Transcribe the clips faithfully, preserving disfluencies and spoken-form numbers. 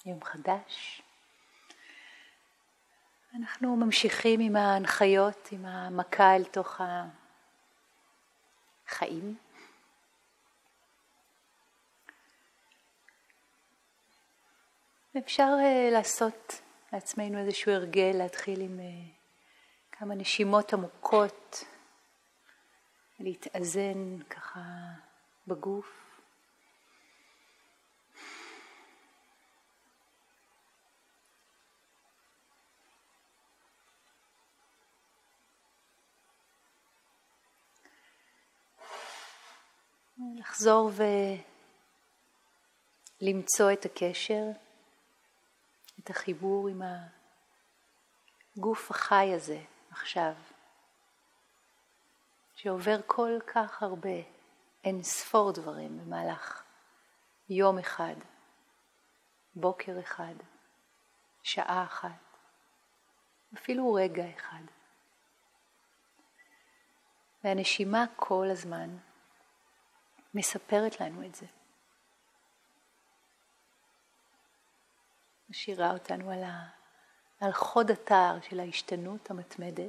יום חדש. אנחנו ממשיכים עם ההנחיות, עם המכה אל תוך החיים. אפשר uh, לעשות לעצמנו איזשהו הרגל, להתחיל עם uh, כמה נשימות עמוקות, להתאזן ככה בגוף. לחזור ולמצוא את הקשר, את החיבור עם הגוף החי הזה עכשיו, שעובר כל כך הרבה, אין ספור דברים במהלך יום אחד, בוקר אחד, שעה אחת, אפילו רגע אחד. והנשימה כל הזמן מספרת לנו את זה. משאירה אותנו על, ה... על חוד התער של ההשתנות המתמדת.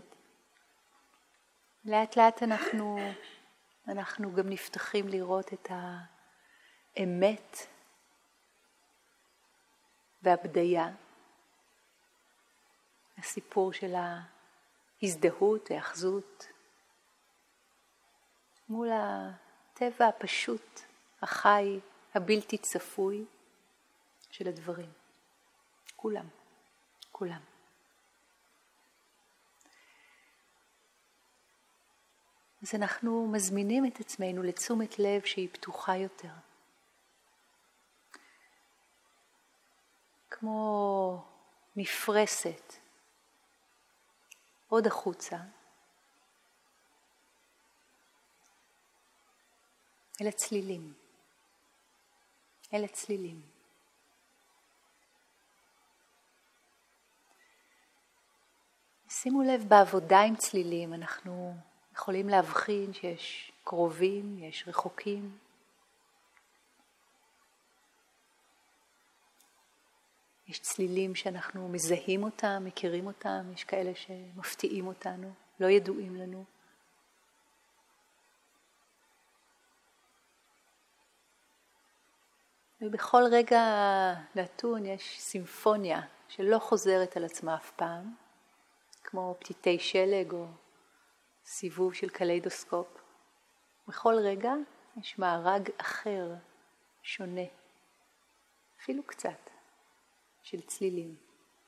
לאט לאט אנחנו, אנחנו גם נפתחים לראות את האמת והבדיה. הסיפור של ההזדהות, האחזות, מול הטבע הפשוט, החי, הבלתי צפוי של הדברים. כולם, כולם. אז אנחנו מזמינים את עצמנו לתשומת לב שהיא פתוחה יותר. כמו מפרסת, עוד החוצה, אל הצלילים, אל הצלילים. שימו לב, בעבודה עם צלילים אנחנו יכולים להבחין שיש קרובים, יש רחוקים. יש צלילים שאנחנו מזהים אותם, מכירים אותם, יש כאלה שמפתיעים אותנו, לא ידועים לנו. ובכל רגע נתון יש סימפוניה שלא חוזרת על עצמה אף פעם, כמו פתיתי שלג או סיבוב של קליידוסקופ. בכל רגע יש מארג אחר, שונה, אפילו קצת, של צלילים.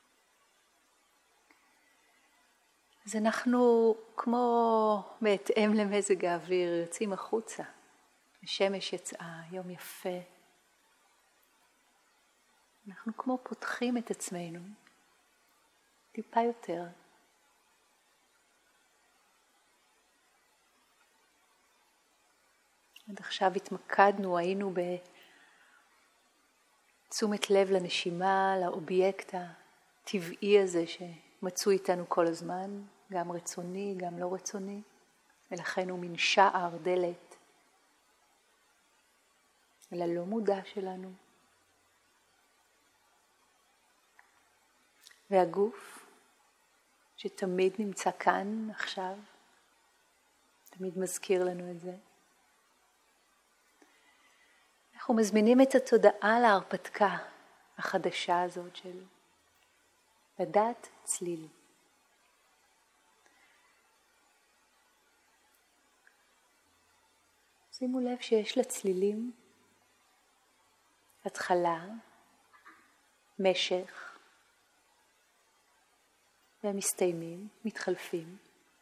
אז אנחנו, כמו בהתאם למזג האוויר, יוצאים החוצה. השמש יצאה, יום יפה. אנחנו כמו פותחים את עצמנו טיפה יותר. עד עכשיו התמקדנו, היינו בתשומת לב לנשימה, לאובייקט הטבעי הזה שמצוי איתנו כל הזמן, גם רצוני, גם לא רצוני, ולכן הוא מין שער, דלת, אל הלא מודע שלנו. והגוף שתמיד נמצא כאן עכשיו, תמיד מזכיר לנו את זה. אנחנו מזמינים את התודעה להרפתקה החדשה הזאת של לדעת צליל. שימו לב שיש לצלילים התחלה, משך, והם מסתיימים, מתחלפים.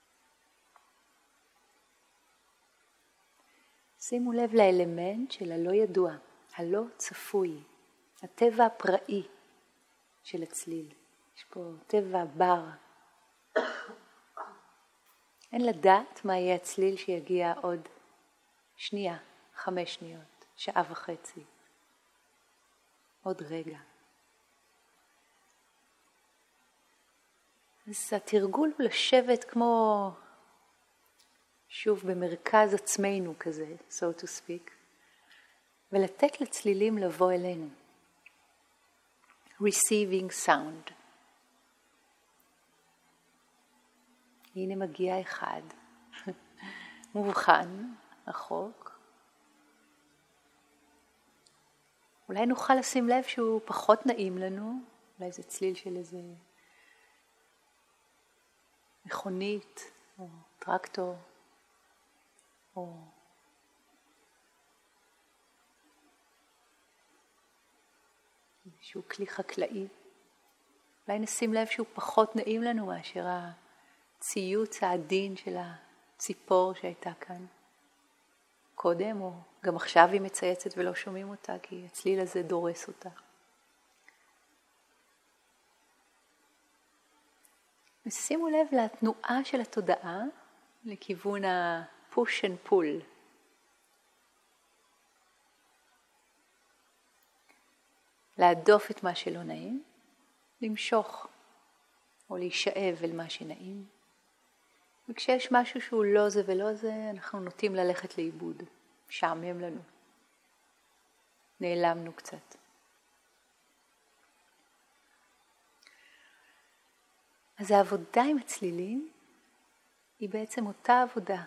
שימו לב לאלמנט של הלא ידוע, הלא צפוי, הטבע הפראי של הצליל. יש פה טבע בר. אין לדעת מה יהיה הצליל שיגיע עוד שנייה, חמש שניות, שעה וחצי, עוד רגע. אז התרגול הוא לשבת כמו, שוב, במרכז עצמנו כזה, so to speak, ולתת לצלילים לבוא אלינו. receiving sound. הנה מגיע אחד, מובחן, רחוק. אולי נוכל לשים לב שהוא פחות נעים לנו, אולי זה צליל של איזה מכונית או טרקטור או איזשהו כלי חקלאי. אולי נשים לב שהוא פחות נעים לנו מאשר הציוץ העדין של הציפור שהייתה כאן קודם, או גם עכשיו היא מצייצת ולא שומעים אותה כי הצליל הזה דורס אותה. ושימו לב לתנועה של התודעה לכיוון ה-push and pull. להדוף את מה שלא נעים, למשוך או להישאב אל מה שנעים. וכשיש משהו שהוא לא זה ולא זה, אנחנו נוטים ללכת לאיבוד. משעמם לנו. נעלמנו קצת. אז העבודה עם הצלילים היא בעצם אותה עבודה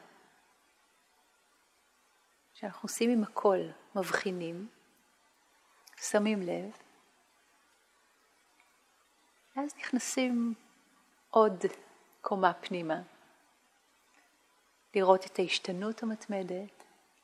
שאנחנו עושים עם הכל, מבחינים, שמים לב, ואז נכנסים עוד קומה פנימה, לראות את ההשתנות המתמדת,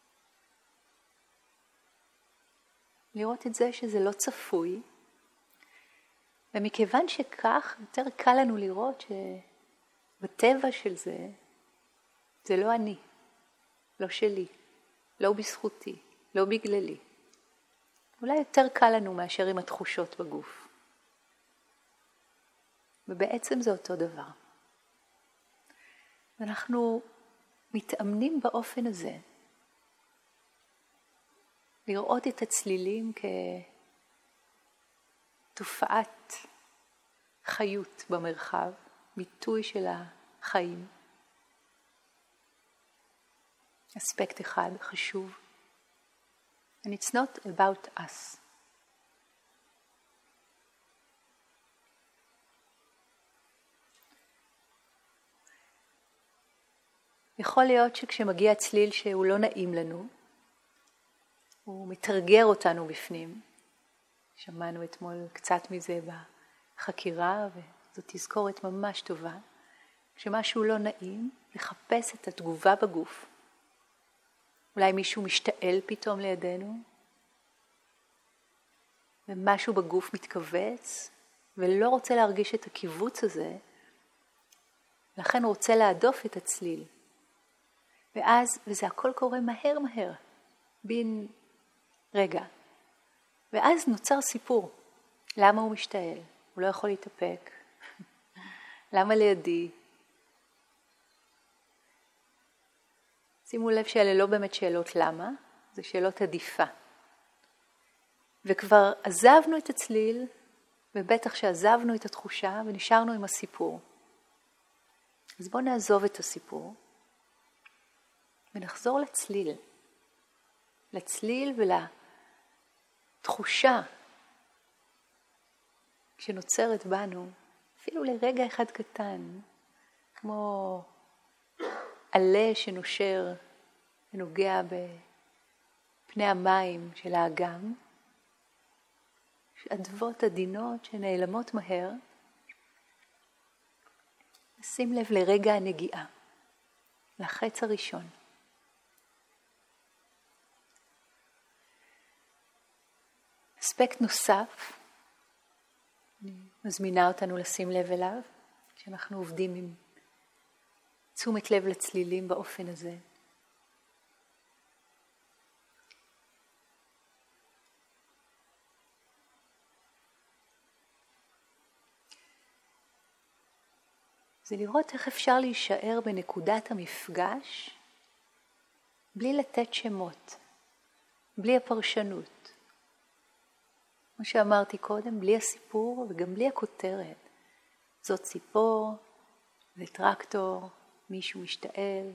לראות את זה שזה לא צפוי, ומכיוון שכך יותר קל לנו לראות שבטבע של זה, זה לא אני, לא שלי, לא בזכותי, לא בגללי. אולי יותר קל לנו מאשר עם התחושות בגוף. ובעצם זה אותו דבר. ואנחנו מתאמנים באופן הזה, לראות את הצלילים כתופעת חיות במרחב, ביטוי של החיים. אספקט אחד חשוב. And it's not about us. יכול להיות שכשמגיע צליל שהוא לא נעים לנו, הוא מתרגר אותנו בפנים. שמענו אתמול קצת מזה בחקירה, וזו תזכורת ממש טובה. כשמשהו לא נעים, לחפש את התגובה בגוף. אולי מישהו משתעל פתאום לידינו, ומשהו בגוף מתכווץ, ולא רוצה להרגיש את הקיבוץ הזה, לכן רוצה להדוף את הצליל. ואז, וזה הכל קורה מהר מהר, בין רגע. ואז נוצר סיפור. למה הוא משתעל? הוא לא יכול להתאפק. למה לידי? שימו לב שאלה לא באמת שאלות למה, זה שאלות עדיפה. וכבר עזבנו את הצליל, ובטח שעזבנו את התחושה, ונשארנו עם הסיפור. אז בואו נעזוב את הסיפור, ונחזור לצליל. לצליל ולתחושה שנוצרת בנו, אפילו לרגע אחד קטן, כמו עלה שנושר ונוגע בפני המים של האגם, אדוות עדינות שנעלמות מהר. שים לב לרגע הנגיעה, לחץ הראשון. אספקט נוסף, אני מזמינה אותנו לשים לב אליו, כשאנחנו עובדים עם תשומת לב לצלילים באופן הזה. זה לראות איך אפשר להישאר בנקודת המפגש בלי לתת שמות, בלי הפרשנות. כמו שאמרתי קודם, בלי הסיפור וגם בלי הכותרת. זאת ציפור, זה טרקטור, מישהו משתעל.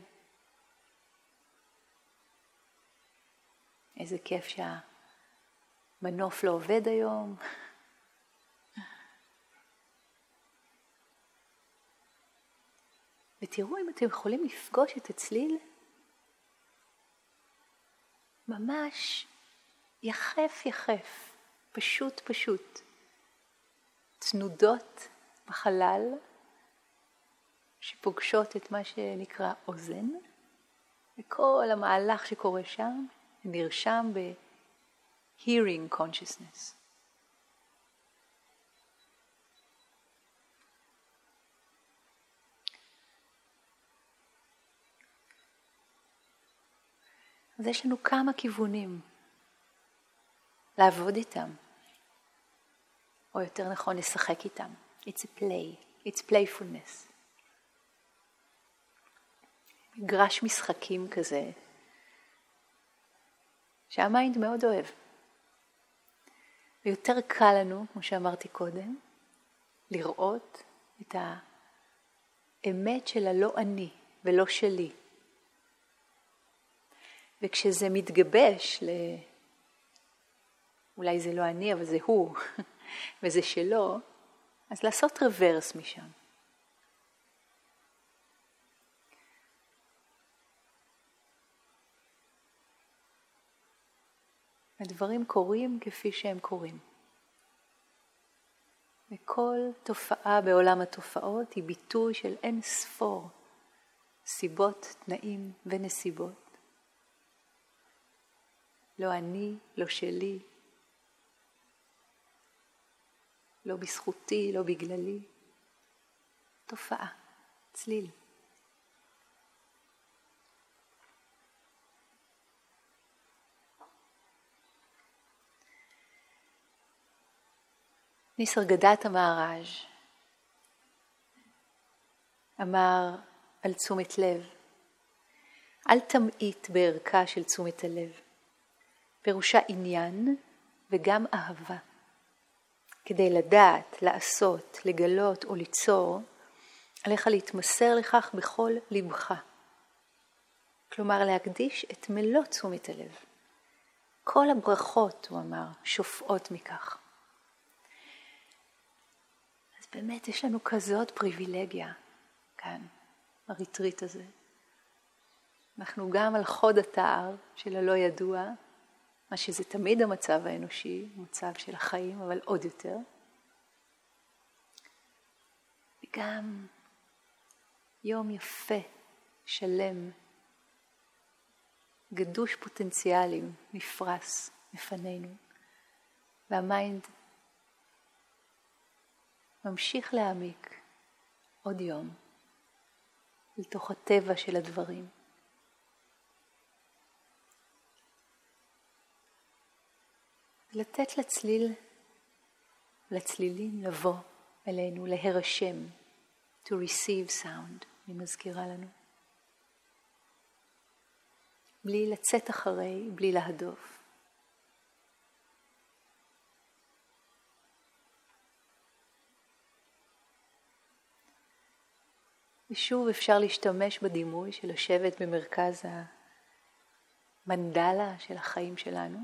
איזה כיף שהמנוף לא עובד היום. ותראו אם אתם יכולים לפגוש את הצליל ממש יחף יחף, פשוט פשוט, תנודות בחלל שפוגשות את מה שנקרא אוזן, וכל המהלך שקורה שם נרשם ב-hearing consciousness. אז יש לנו כמה כיוונים לעבוד איתם, או יותר נכון לשחק איתם. It's a play, it's playfulness. מגרש משחקים כזה, שהמיינד מאוד אוהב. ויותר קל לנו, כמו שאמרתי קודם, לראות את האמת של הלא אני ולא שלי. וכשזה מתגבש, ל... אולי זה לא אני, אבל זה הוא, וזה שלו, אז לעשות רוורס משם. הדברים קורים כפי שהם קורים. וכל תופעה בעולם התופעות היא ביטוי של אין ספור סיבות, תנאים ונסיבות. לא אני, לא שלי, לא בזכותי, לא בגללי. תופעה, צליל. ניסרגדט המהראז' אמר על תשומת לב, אל תמעיט בערכה של תשומת הלב. פירושה עניין וגם אהבה. כדי לדעת, לעשות, לגלות או ליצור, עליך להתמסר לכך בכל לבך. כלומר להקדיש את מלוא תשומת הלב. כל הברכות, הוא אמר, שופעות מכך. אז באמת יש לנו כזאת פריבילגיה כאן, הריטריט הזה. אנחנו גם על חוד התער של הלא ידוע, מה שזה תמיד המצב האנושי, מצב של החיים, אבל עוד יותר. וגם יום יפה, שלם, גדוש פוטנציאלים, נפרס לפנינו. והמיינד ממשיך להעמיק עוד יום לתוך הטבע של הדברים. לתת לצליל, לצלילים לבוא אלינו, להירשם, to receive sound, אני מזכירה לנו. בלי לצאת אחרי, בלי להדוף. ושוב אפשר להשתמש בדימוי של לשבת במרכז המנדלה של החיים שלנו.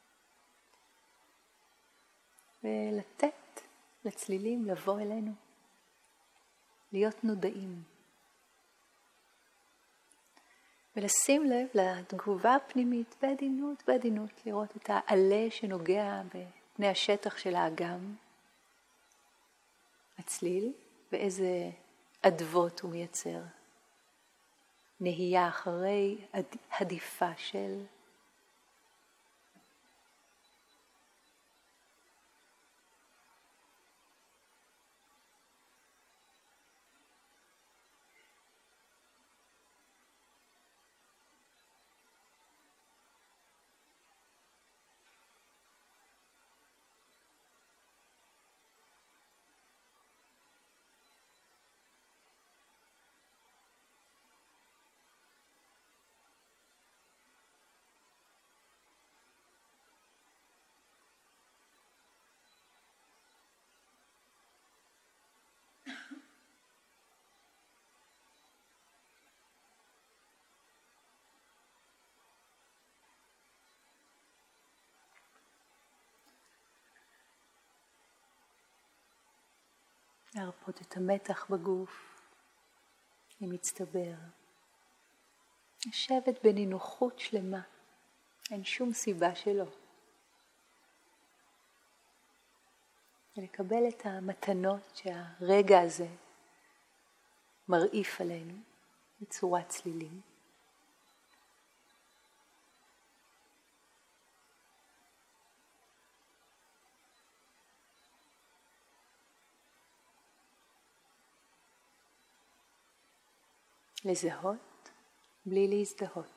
ולתת לצלילים לבוא אלינו, להיות נודעים. ולשים לב לתגובה הפנימית בעדינות, בעדינות, לראות את העלה שנוגע בפני השטח של האגם, הצליל, ואיזה עדבות הוא מייצר. נהייה אחרי הדיפה של להרפות את המתח בגוף, מצטבר. לשבת בנינוחות שלמה, אין שום סיבה שלא. ולקבל את המתנות שהרגע הזה מרעיף עלינו בצורת צלילים. לזהות בלי להזדהות.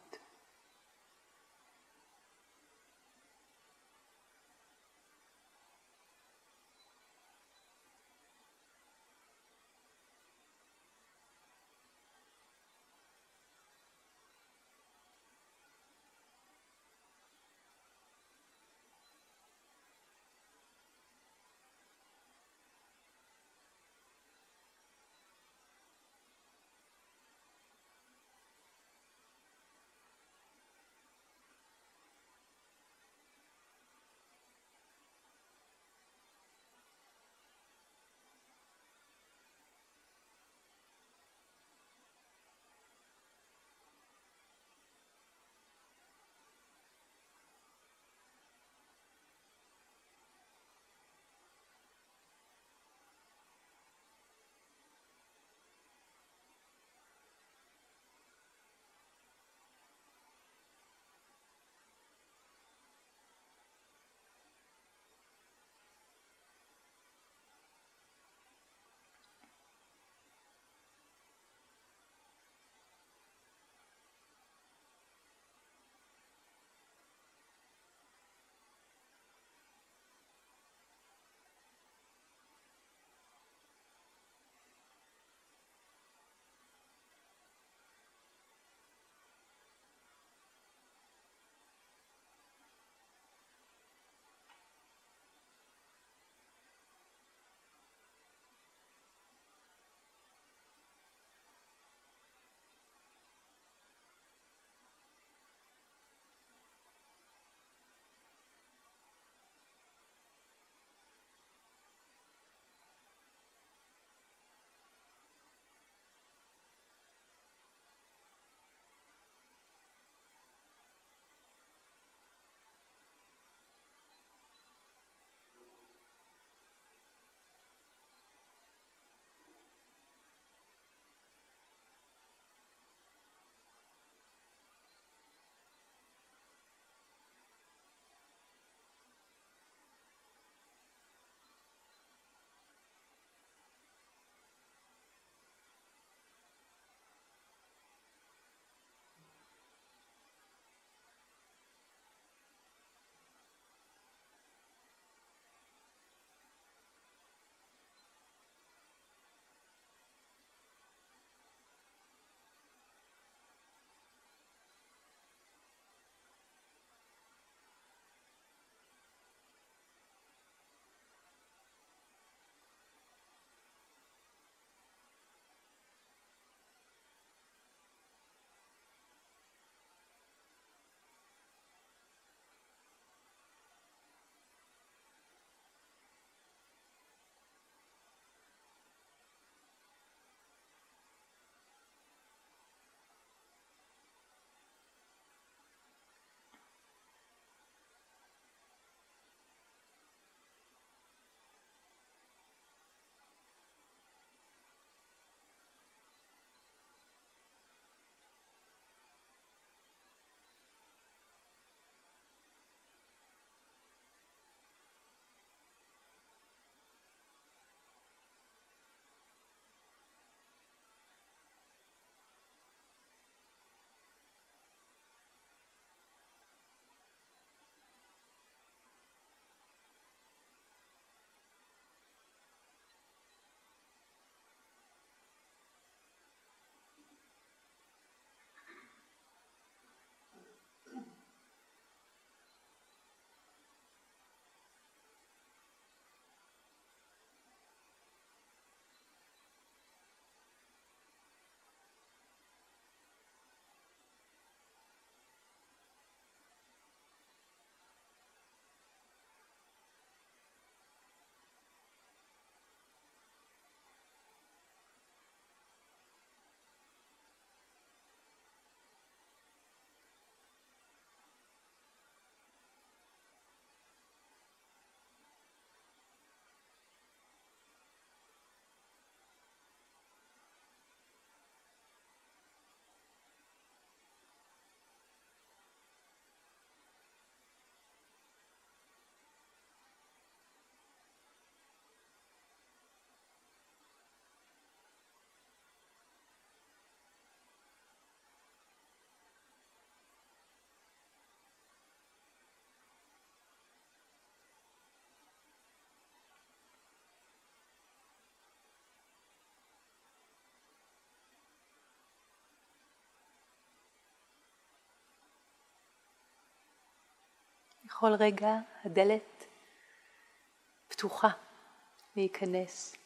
בכל רגע הדלת פתוחה להיכנס.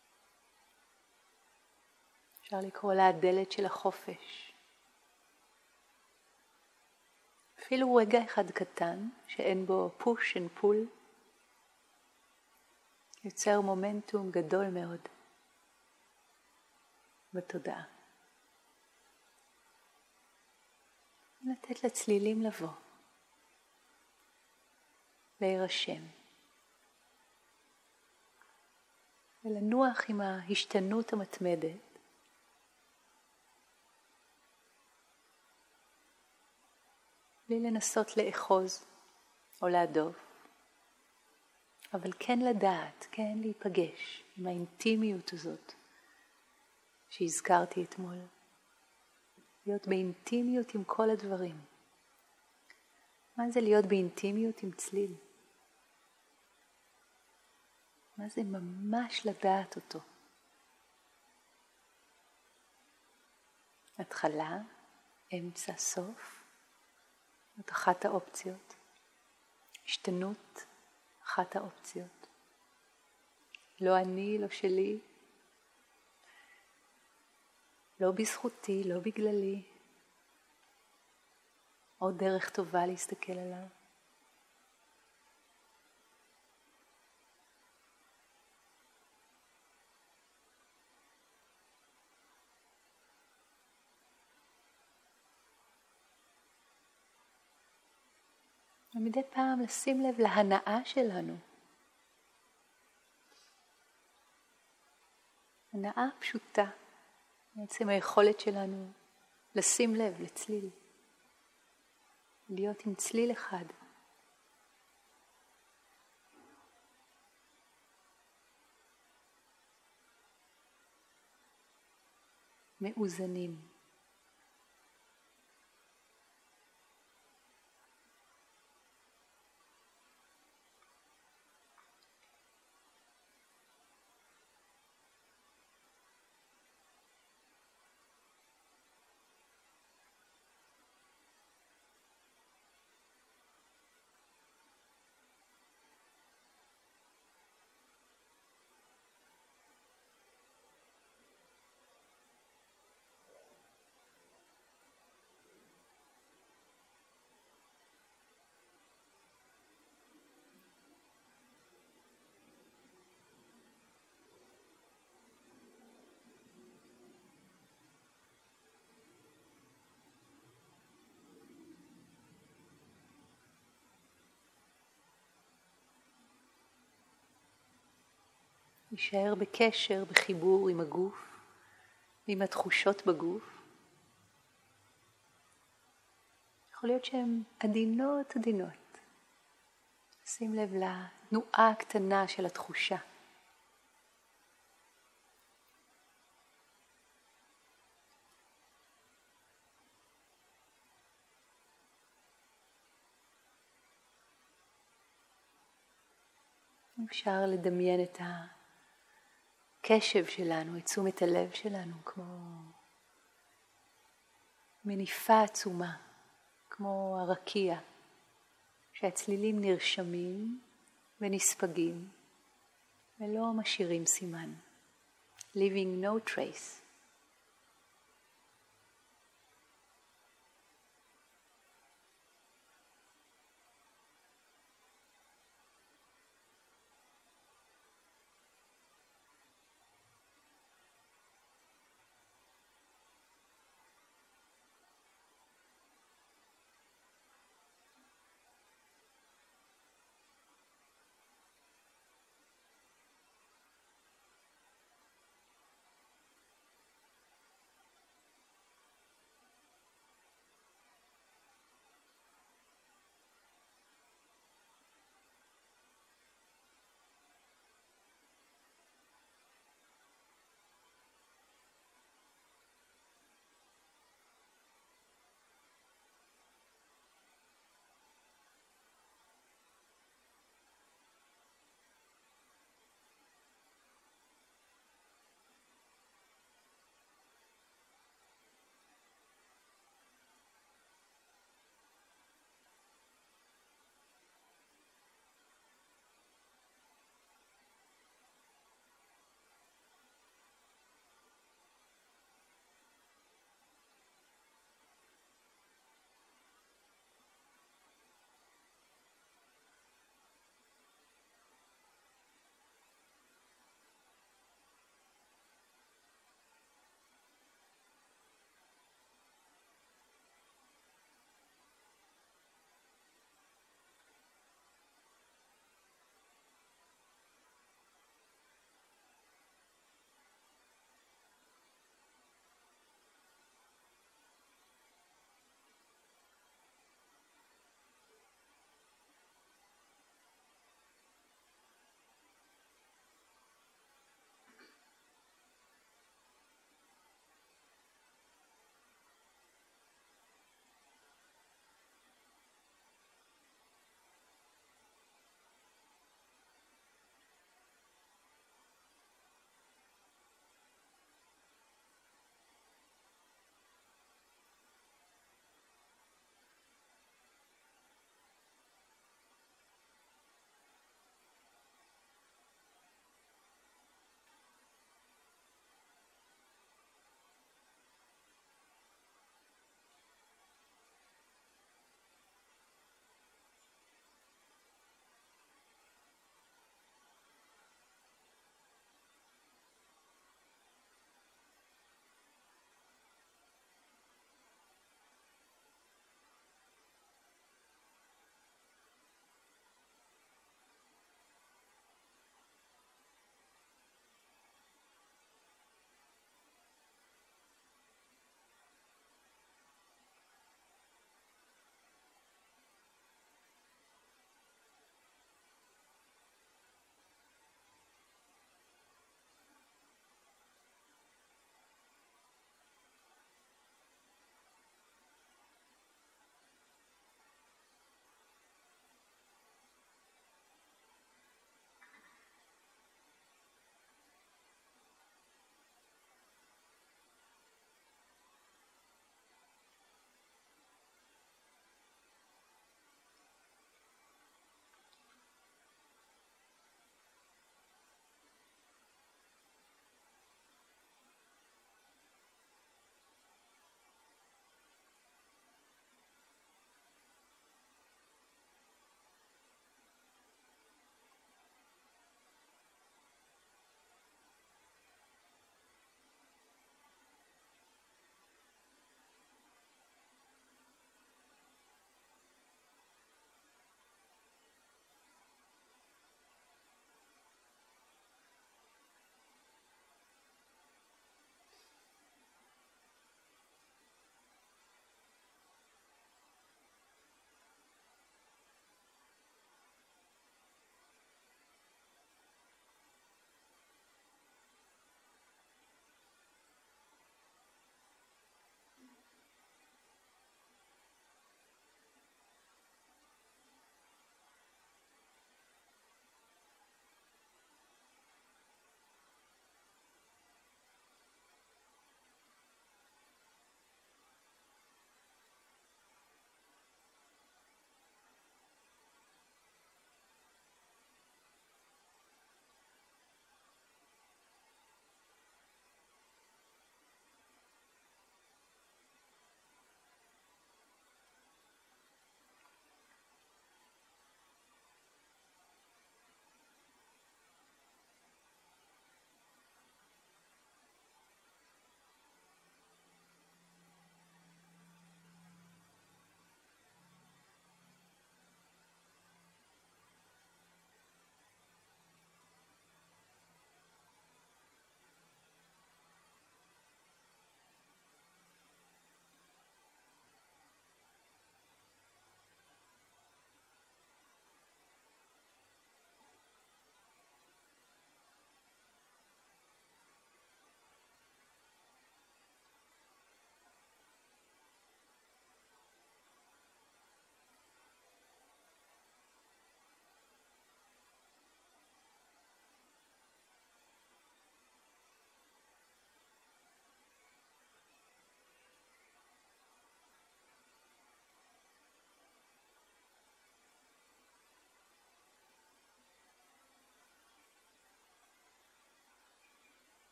אפשר לקרוא לה הדלת של החופש. אפילו רגע אחד קטן שאין בו פוש and pull יוצר מומנטום גדול מאוד בתודעה. לתת לצלילים לבוא, להירשם, ולנוח עם ההשתנות המתמדת, בלי לנסות לאחוז או להדוף, אבל כן לדעת, כן להיפגש עם האינטימיות הזאת שהזכרתי אתמול. להיות באינטימיות עם כל הדברים. מה זה להיות באינטימיות עם צליל? מה זה ממש לדעת אותו? התחלה, אמצע, סוף. זאת אחת האופציות. השתנות, אחת האופציות. לא אני, לא שלי. לא בזכותי, לא בגללי. עוד דרך טובה להסתכל עליו. ומדי פעם לשים לב להנאה שלנו. הנאה פשוטה. בעצם היכולת שלנו לשים לב לצליל. להיות עם צליל אחד. מאוזנים. להישאר בקשר, בחיבור עם הגוף, ועם התחושות בגוף. יכול להיות שהן עדינות עדינות. שים לב לתנועה הקטנה של התחושה. אפשר לדמיין את הקשב שלנו, את תשומת הלב שלנו, כמו מניפה עצומה, כמו הרקיע, שהצלילים נרשמים ונספגים ולא משאירים סימן. Leaving no trace.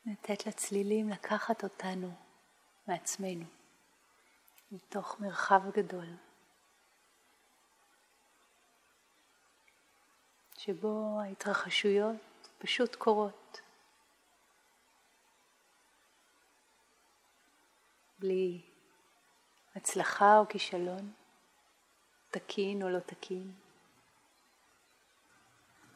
לתת לצלילים לקחת אותנו מעצמנו, מתוך מרחב גדול, שבו ההתרחשויות פשוט קורות, בלי הצלחה או כישלון, תקין או לא תקין,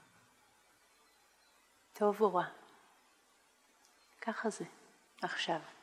טוב או רע. ככה זה עכשיו.